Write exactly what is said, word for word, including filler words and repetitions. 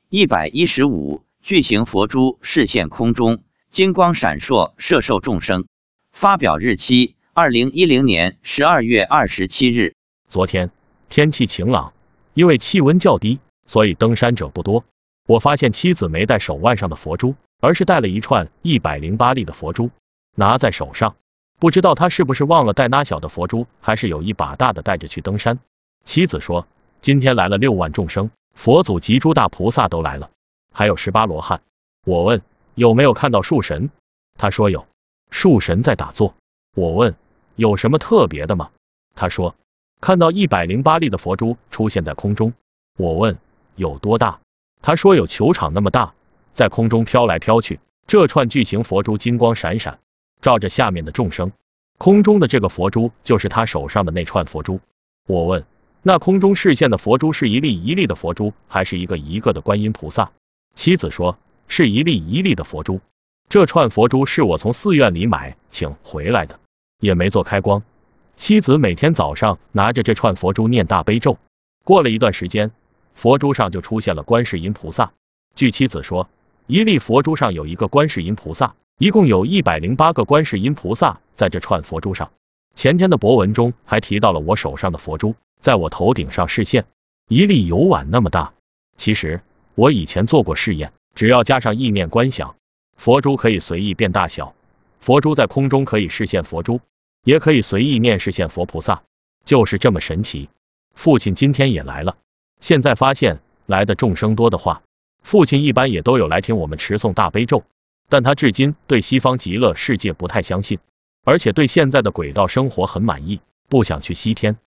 一百一十五，巨型佛珠视现空中，金光闪烁，摄受众生。发表日期：二零一零年十二月二十七日。 昨天天气晴朗，因为气温较低，所以登山者不多。我发现妻子没戴手腕上的佛珠，而是戴了一串一百零八粒的佛珠，拿在手上。不知道他是不是忘了带那小的佛珠，还是有一把大的带着去登山。妻子说，今天来了六万众生，佛祖及诸大菩萨都来了，还有十八罗汉。我问有没有看到树神，他说有，树神在打坐。我问有什么特别的吗？他说看到一百零八粒的佛珠出现在空中。我问有多大？他说有球场那么大，在空中飘来飘去。这串巨型佛珠金光闪闪，照着下面的众生。空中的这个佛珠就是他手上的那串佛珠。我问那空中视现的佛珠是一粒一粒的佛珠，还是一个一个的观音菩萨？妻子说是一粒一粒的佛珠。这串佛珠是我从寺院里买请回来的，也没做开光。妻子每天早上拿着这串佛珠念大悲咒，过了一段时间，佛珠上就出现了观世音菩萨。据妻子说，一粒佛珠上有一个观世音菩萨，一共有一百零八个观世音菩萨在这串佛珠上。前天的博文中还提到了我手上的佛珠在我头顶上视现，一粒油碗那么大。其实我以前做过试验，只要加上意念观想，佛珠可以随意变大小。佛珠在空中可以视现佛珠，也可以随意念视现佛菩萨，就是这么神奇。父亲今天也来了，现在发现来的众生多的话，父亲一般也都有来听我们持诵大悲咒，但他至今对西方极乐世界不太相信，而且对现在的轨道生活很满意，不想去西天。